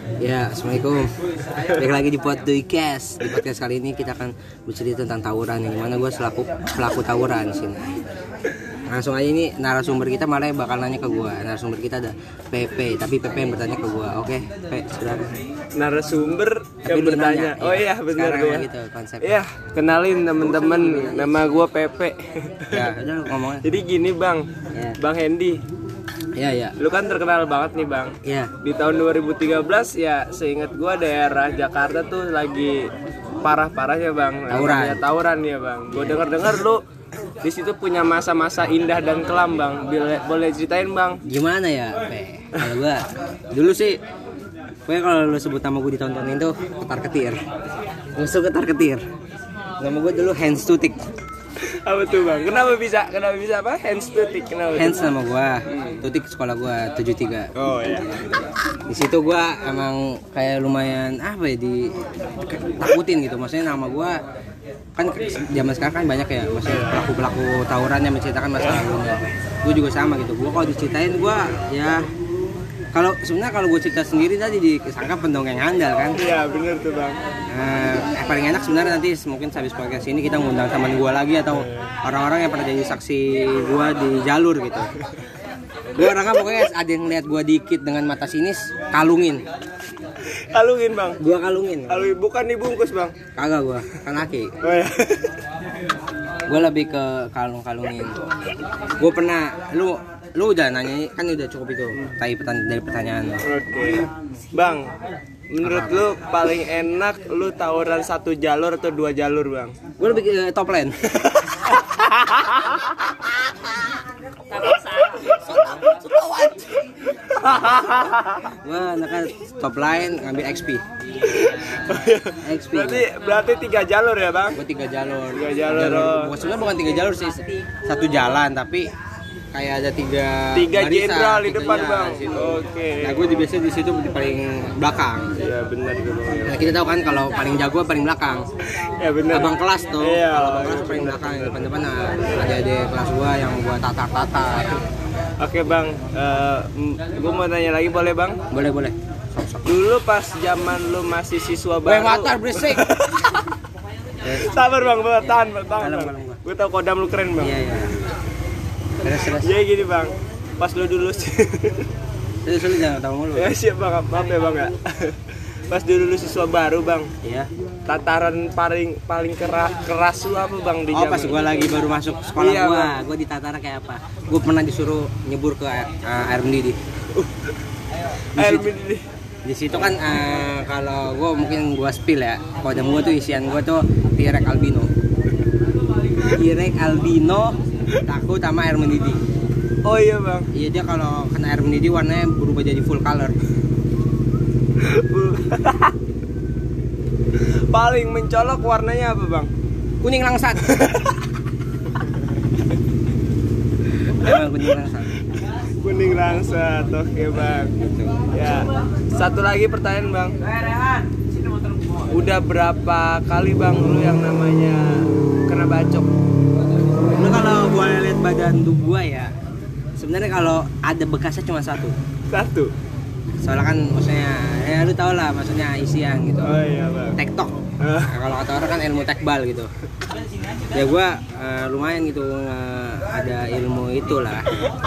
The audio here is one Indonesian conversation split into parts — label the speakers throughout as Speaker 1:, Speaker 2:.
Speaker 1: Ya, assalamualaikum. Balik lagi di podcast. Di podcast kali ini kita akan bercerita tentang tawuran, yang dimana gue selaku pelaku tawuran di sini. Langsung aja, ini narasumber kita malah bakal nanya ke gue. Narasumber kita ada PP, tapi PP yang bertanya ke gue. Oke, P, silakan.
Speaker 2: Narasumber yang bertanya. Oh iya, benar ya.
Speaker 1: Gitu konsepnya.
Speaker 2: Iya, kenalin temen-temen, nama gue PP.
Speaker 1: Ya, udah ngomongnya.
Speaker 2: Jadi gini bang,
Speaker 1: Ya.
Speaker 2: Bang Hendy.
Speaker 1: Iya.
Speaker 2: Lu kan terkenal banget nih bang.
Speaker 1: Iya.
Speaker 2: Di tahun 2013 ya, seingat gue daerah Jakarta tuh lagi parah-parahnya bang. Tawuran ya bang. Gue dengar lu di situ punya masa-masa indah dan kelam bang. Boleh ceritain bang?
Speaker 1: Gimana ya, P? Kalau gue dulu sih, pokoknya kalau lu sebut nama gue ditontonin tuh ketar-ketir. Musuh ketar-ketir. Nama gue dulu Hands Tutik.
Speaker 2: Apa tuh bang? Kenapa bisa apa? Hands Tutik. Kenapa?
Speaker 1: Hands nama gue, Tutik sekolah gue 73.
Speaker 2: Oh iya.
Speaker 1: Di situ gue emang kayak lumayan apa ya, takutin gitu. Maksudnya nama gue kan zaman sekarang kan banyak ya, maksudnya pelaku tawuran yang menceritakan masa lalunya. Gue juga sama gitu. Gue kalau diceritain gue ya, kalau sebenarnya kalau gue cerita sendiri tadi disangka pendongeng handal kan.
Speaker 2: Iya bener tuh bang.
Speaker 1: Paling enak sebenarnya nanti mungkin habis podcast ini kita ngundang teman gue lagi atau orang-orang yang pernah jadi saksi gue di jalur gitu. Gue orangnya pokoknya ada yang lihat gue dikit dengan mata sinis, kalungin
Speaker 2: Bang.
Speaker 1: Gue kalungin.
Speaker 2: Bukan dibungkus bang.
Speaker 1: Kagak, gue kan laki.
Speaker 2: Oh ya.
Speaker 1: Gue lebih ke kalungin. Gue pernah, lu udah nanya kan, udah cukup itu dari pertanyaan.
Speaker 2: Oke. Bang, menurut lu paling enak lu tawuran satu jalur atau dua jalur bang?
Speaker 1: Gue lebih ke top lane. Gue anaknya top line ngambil XP.
Speaker 2: Berarti 3 jalur ya bang?
Speaker 1: Gue 3 jalur.
Speaker 2: Maksudnya
Speaker 1: bukan 3 jalur sih, satu jalan tapi kayak ada 3
Speaker 2: jenderal di depan
Speaker 1: ya,
Speaker 2: bang.
Speaker 1: Oke. Nah gue biasanya di situ di paling belakang.
Speaker 2: Iya benar gitu.
Speaker 1: Nah kita tahu kan kalau paling jago paling belakang.
Speaker 2: Ya benar.
Speaker 1: Abang kelas tuh.
Speaker 2: Iya,
Speaker 1: kalau abang kelas paling belakang, depan ada kelas gua yang gua tatar.
Speaker 2: Oke bang, gue mau tanya lagi boleh bang?
Speaker 1: Boleh.
Speaker 2: Dulu pas zaman lu masih siswa baru.
Speaker 1: Matar berisik.
Speaker 2: Sabar bang, tahan. Gue tau kodam lu keren bang.
Speaker 1: Iya. Terus.
Speaker 2: Iya gini bang, pas lu dulu sih.
Speaker 1: Terus lu jangan tahu mulu.
Speaker 2: Ya siap bang, maaf ya bang ya. Pas dulu siswa baru bang.
Speaker 1: Iya.
Speaker 2: Tataran paling keras lu apa bang di
Speaker 1: pas gua lagi baru masuk sekolah. Iya, gua ditata kayak apa? Gua pernah disuruh nyebur ke air mendidih. Di situ kan kalau gua mungkin gua spill ya. Kodam gua tuh isian gua tuh T-Rex albino takut sama air mendidih.
Speaker 2: Oh iya bang.
Speaker 1: Iya, dia kalau kena air mendidih warnanya berubah jadi full color.
Speaker 2: Paling mencolok warnanya apa bang?
Speaker 1: Kuning langsat. Emang kuning langsat. Oke
Speaker 2: bang. Ya, satu lagi pertanyaan bang. Udah berapa kali bang lu yang namanya kena bacok?
Speaker 1: Lu kalau gua lihat badan gua ya, sebenarnya kalau ada bekasnya cuma satu. Soalnya kan maksudnya ya lu tau lah, maksudnya isian gitu.
Speaker 2: Oh iya bang.
Speaker 1: Tektok. Nah, kalau kata orang kan ilmu tekbal gitu. Ya gua lumayan gitu, ada ilmu itulah.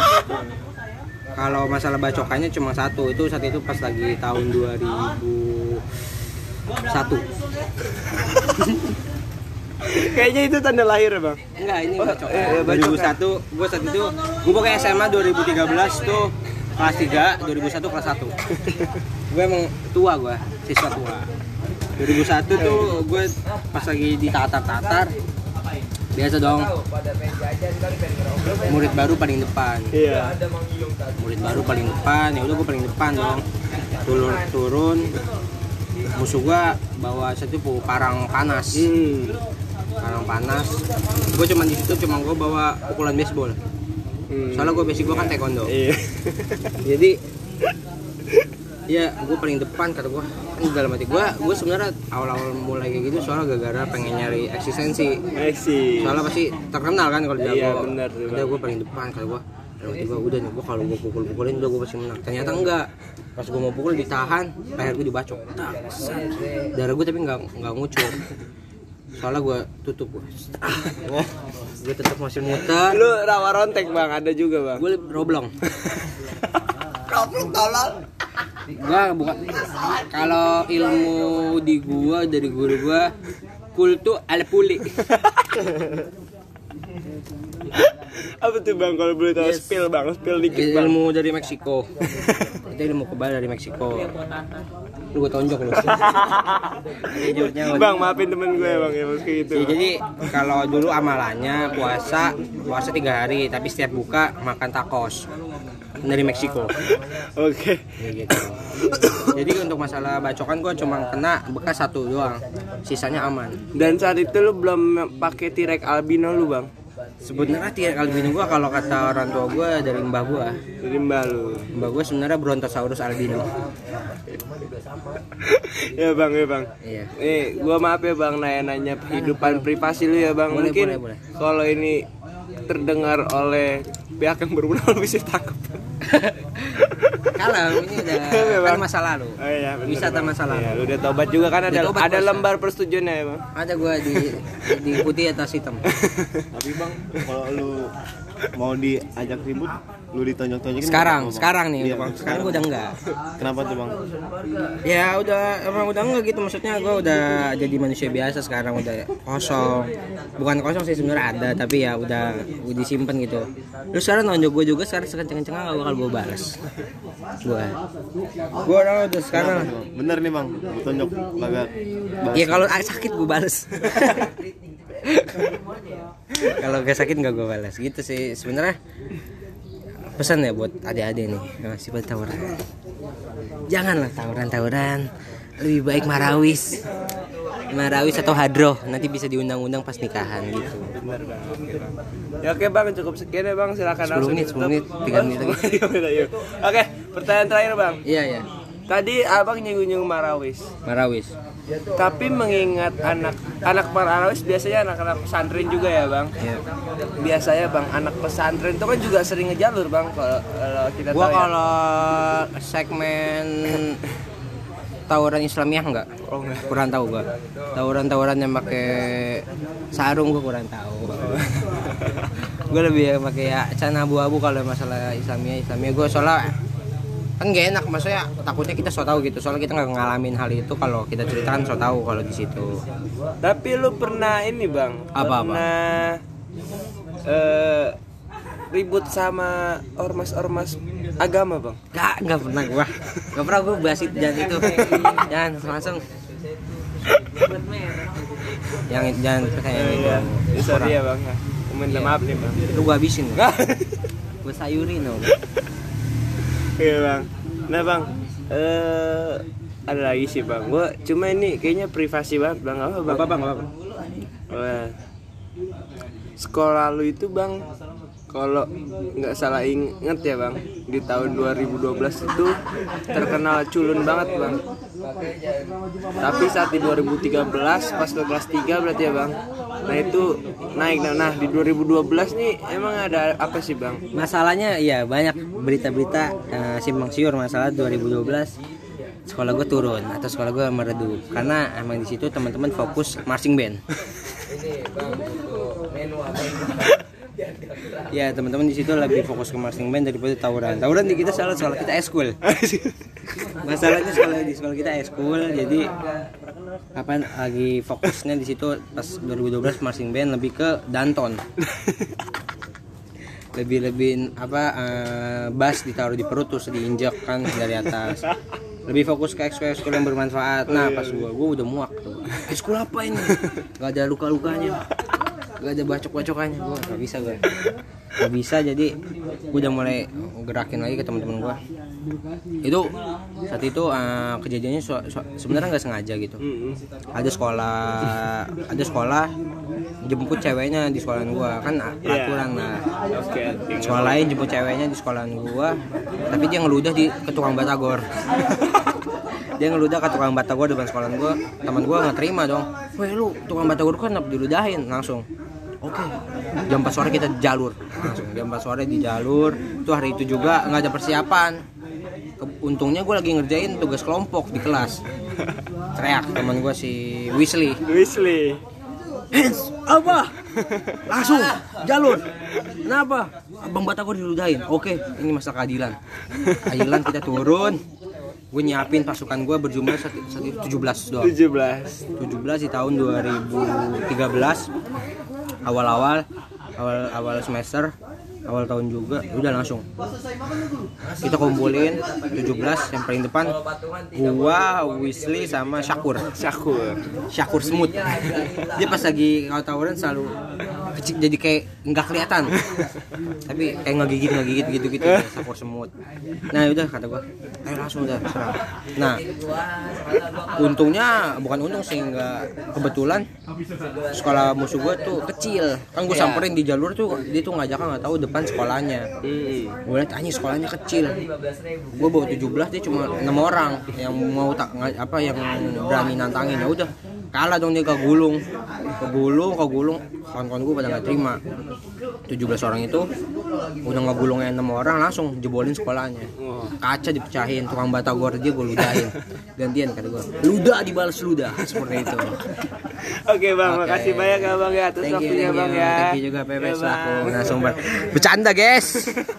Speaker 1: Kalau masalah bacokannya cuma satu, itu saat itu pas lagi tahun 2001.
Speaker 2: Kayaknya itu tanda lahir ya bang?
Speaker 1: Enggak, ini bacokan. 2001, gua saat itu gua pakai SMA 2013 tuh kelas 3, 2001 kelas 1. Gue emang tua, siswa tua. 2001 tuh gue pas lagi ditatar-tatar, biasa dong, murid baru paling depan.
Speaker 2: Iya.
Speaker 1: Murid baru paling depan, ya udah gue paling depan dong. Turun, musuh gue bawa satu parang panas. Parang panas. Gue cuma di situ gue bawa pukulan baseball. Soalnya basic gue kan taekwondo.
Speaker 2: Iya.
Speaker 1: Jadi ya gue paling depan, kata gue kan dalam hati gue sebenarnya awal-awal mulai kayak gitu soalnya gara-gara pengen nyari eksistensi. Soalnya pasti terkenal kan kalau jago.
Speaker 2: Iya benar.
Speaker 1: Udah gue paling depan, kata gue udah nih, gue kalau gue pukulin udah gue pasti menang. Ternyata enggak. Pas gue mau pukul ditahan, leher gue dibacok. Darah gue tapi nggak ngucur. Soalnya gue tutup gue tetap masih muter.
Speaker 2: Lu rawa rontek bang, ada juga bang.
Speaker 1: Gue roblong.
Speaker 3: Roblong tolol.
Speaker 1: Gua bukan, kalau ilmu di gua dari guru gua kultu al puli.
Speaker 2: Apa tuh bang kalau boleh tahu? Spill dikit bang.
Speaker 1: Ilmu dari Meksiko. Itu ilmu kebal dari Meksiko. Lu gua tonjok lu.
Speaker 2: Bang maafin temen gue bang ya kayak gitu.
Speaker 1: Ya, jadi kalau dulu amalannya puasa 3 hari, tapi setiap buka makan tacos dari Meksiko.
Speaker 2: Oke.
Speaker 1: Gitu. Jadi untuk masalah bacokan gue cuma kena bekas 1 doang, sisanya aman.
Speaker 2: Dan saat itu lu belum pakai tirek albino lu bang?
Speaker 1: Sebenarnya tirek albino gue kalau kata orang tua gue dari mbah gue.
Speaker 2: Dari mbah lu.
Speaker 1: Mbah gue sebenarnya Brontosaurus albino.
Speaker 2: Ya bang.
Speaker 1: Iya.
Speaker 2: Gue maaf ya bang nanya kehidupan privasi lu ya bang.
Speaker 1: Boleh,
Speaker 2: Mungkin
Speaker 1: boleh.
Speaker 2: kalau ini terdengar oleh pihak yang berwenang bisa tangkap.
Speaker 1: Kalau ini udah kan masa lalu.
Speaker 2: Oh, iya,
Speaker 1: Wisata masa lalu.
Speaker 2: Ya, udah tobat juga kan ada lembar persetujuannya ya bang.
Speaker 1: Ada gue di putih atas hitam.
Speaker 3: Tapi bang, kalau lu mau diajak ribut, lu ditonjok-tonjokin.
Speaker 1: Sekarang nih,
Speaker 3: iya,
Speaker 1: bang. Sekarang gue udah enggak.
Speaker 3: Kenapa tuh bang?
Speaker 1: Ya emang udah enggak gitu, maksudnya gue udah jadi manusia biasa sekarang, udah kosong. Bukan kosong sih sebenarnya ada, tapi ya udah disimpan gitu. Terus sekarang nonjok gue juga, sekarang sekenceng-kencengnya gak bakal gue balas. Gue udah sekarang.
Speaker 3: Bener nih bang, lu tonjok kagak.
Speaker 1: Ya kalau sakit gue balas. Kalau gak sakit gak gue balas gitu sih sebenarnya. Pesan ya buat adik-adik nih yang masih buat tawuran, janganlah tawuran, lebih baik marawis atau hadroh, nanti bisa diundang-undang pas nikahan gitu.
Speaker 2: Benar bang. Ya oke bang, cukup sekian ya bang, silakan
Speaker 1: 10 menit 3 menit lagi.
Speaker 2: Oke, pertanyaan terakhir bang.
Speaker 1: Iya.
Speaker 2: Tadi abang nyinggung marawis. Tapi mengingat anak marawis biasanya anak-anak pesantren juga ya bang.
Speaker 1: Iya.
Speaker 2: Biasanya bang anak pesantren itu kan juga sering ngejalur bang kalau kita tahu.
Speaker 1: Gua kalau segmen tawuran Islamiah enggak. Kurang tahu gua. Tawuran yang pakai sarung gua kurang tahu. Gua lebih pakai ya celana abu-abu kalau masalah Islamiah gua soalnya kan gak enak, maksudnya takutnya kita so tahu gitu, soalnya kita nggak ngalamin hal itu. Kalau kita ceritakan so tahu kalau di situ.
Speaker 2: Tapi lu pernah ini bang? Pernah ribut sama ormas agama bang?
Speaker 1: Gak pernah gua bahas itu, jangan langsung. Jangan pertanyaan itu.
Speaker 2: Sorry ya bang. Minta maaf nih bang.
Speaker 1: Itu gua habisin. Gua sayurin dong.
Speaker 2: Iya bang. Nah bang, ada lagi sih bang. Gua cuma ini kayaknya privasi banget bang. Apa bang? Sekolah lu itu bang, kalau nggak salah inget ya bang, di tahun 2012 itu terkenal culun banget bang. Tapi saat di 2013 pas ke kelas 3 berarti ya bang, nah itu naik. Nah di 2012 nih emang ada apa sih bang?
Speaker 1: Masalahnya ya banyak berita-berita simpang siur masalah 2012 sekolah gue turun atau sekolah gue meredup karena emang di situ teman-teman fokus marching band. Ya teman-teman di situ lebih fokus ke marching band daripada tawuran. Tawuran di kita sekolah kita eskul. Masalahnya di sekolah kita eskul, jadi lagi fokusnya di situ pas 2012 marching band lebih ke danton. Lebih bass ditaruh di perut terus diinjak kan dari atas. Lebih fokus ke ekskul yang bermanfaat. Nah pas gue udah muak tuh. Ekskul apa ini? Gak ada luka-lukanya, gak ada bacok-bacokannya. Gue gak bisa, jadi gue udah mulai gerakin lagi ke teman-teman gue. Itu saat itu kejadiannya sebenarnya nggak sengaja gitu. Ada sekolah jemput ceweknya di sekolahan gue, kan peraturan lah. Sekolah lain jemput ceweknya di sekolahan gue, tapi dia ngeludah ke tukang batagor. Dia ngeludah ke tukang batagor depan sekolahan gue. Teman gue nggak terima dong. Weh lu tukang batagor kan diludahin langsung. Oke. Jam 4 sore kita jalur. Langsung jam 4 sore di jalur. Itu hari itu juga nggak ada persiapan. Untungnya gue lagi ngerjain tugas kelompok di kelas. Teriak teman gue si Weasley. Hands apa? Langsung jalur. Kenapa? Abang Batagor diludahin. Oke, ini masalah keadilan. Keadilan kita turun. Gue nyiapin pasukan gue berjumlah 17 doang. 17 di tahun 2013. Awal semester, awal tahun juga, udah langsung kita kumpulin 17 yang paling depan gua, Weasley sama Syakur semut. Dia pas lagi kalau tawuran selalu kecil, jadi kayak nggak kelihatan tapi kayak ngegigit gitu Syakur semut. Nah udah kata gua, ayo langsung udah serang. Nah untungnya bukan untung sih, nggak kebetulan sekolah musuh gua tuh kecil kan. Gua samperin di jalur tuh, dia tuh ngajaknya nggak tahu depan sekolahnya. Gue liat anjing sekolahnya kecil. Gue bawa 17, dia cuma 6 orang yang mau yang berani nantangin. Ya udah kalah dong dia, kegulung. Kawan-kawan gue pada nggak terima. 17 orang itu udah ngegulungnya 6 orang, langsung jebolin sekolahnya. Kaca dipecahin, tukang Batagor dia gue ludahin. Gantian kata gue, ludah dibalas ludah, seperti itu.
Speaker 2: Oke bang, makasih banyak ya bang ya atas waktunya bang ya.
Speaker 1: Thank you juga PPS aku narasumber. Bercanda guys.